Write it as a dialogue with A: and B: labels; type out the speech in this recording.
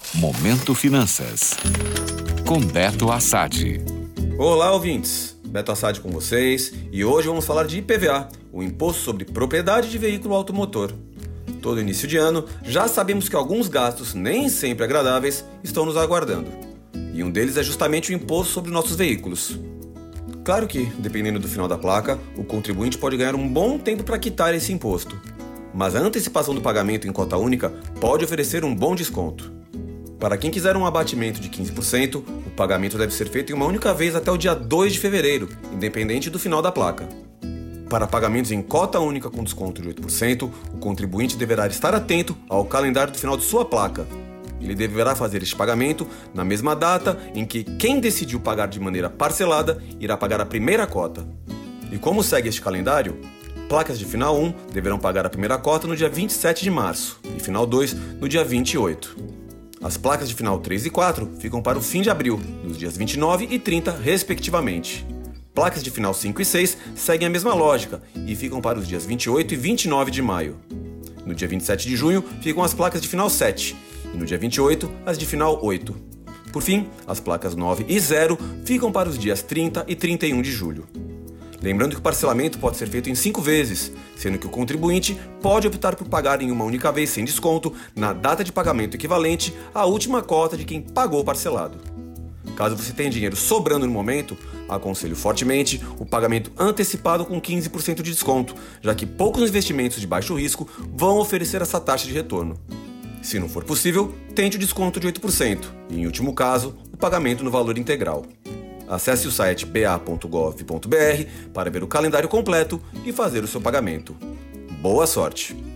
A: Momento Finanças, com Beto Assad.
B: Olá, ouvintes! Beto Assad com vocês e hoje vamos falar de IPVA, o Imposto sobre Propriedade de Veículo Automotor. Todo início de ano já sabemos que alguns gastos, nem sempre agradáveis, estão nos aguardando. E um deles é justamente o imposto sobre nossos veículos. Claro que, dependendo do final da placa, o contribuinte pode ganhar um bom tempo para quitar esse imposto. Mas a antecipação do pagamento em cota única pode oferecer um bom desconto. Para quem quiser um abatimento de 15%, o pagamento deve ser feito em uma única vez até o dia 2 de fevereiro, independente do final da placa. Para pagamentos em cota única com desconto de 8%, o contribuinte deverá estar atento ao calendário do final de sua placa. Ele deverá fazer este pagamento na mesma data em que quem decidiu pagar de maneira parcelada irá pagar a primeira cota. E como segue este calendário? Placas de final 1 deverão pagar a primeira cota no dia 27 de março e final 2 no dia 28. As placas de final 3 e 4 ficam para o fim de abril, nos dias 29 e 30, respectivamente. Placas de final 5 e 6 seguem a mesma lógica e ficam para os dias 28 e 29 de maio. No dia 27 de junho ficam as placas de final 7 e no dia 28 as de final 8. Por fim, as placas 9 e 0 ficam para os dias 30 e 31 de julho. Lembrando que o parcelamento pode ser feito em 5 vezes, sendo que o contribuinte pode optar por pagar em uma única vez sem desconto na data de pagamento equivalente à última cota de quem pagou parcelado. Caso você tenha dinheiro sobrando no momento, aconselho fortemente o pagamento antecipado com 15% de desconto, já que poucos investimentos de baixo risco vão oferecer essa taxa de retorno. Se não for possível, tente o desconto de 8% e, em último caso, o pagamento no valor integral. Acesse o site ba.gov.br para ver o calendário completo e fazer o seu pagamento. Boa sorte!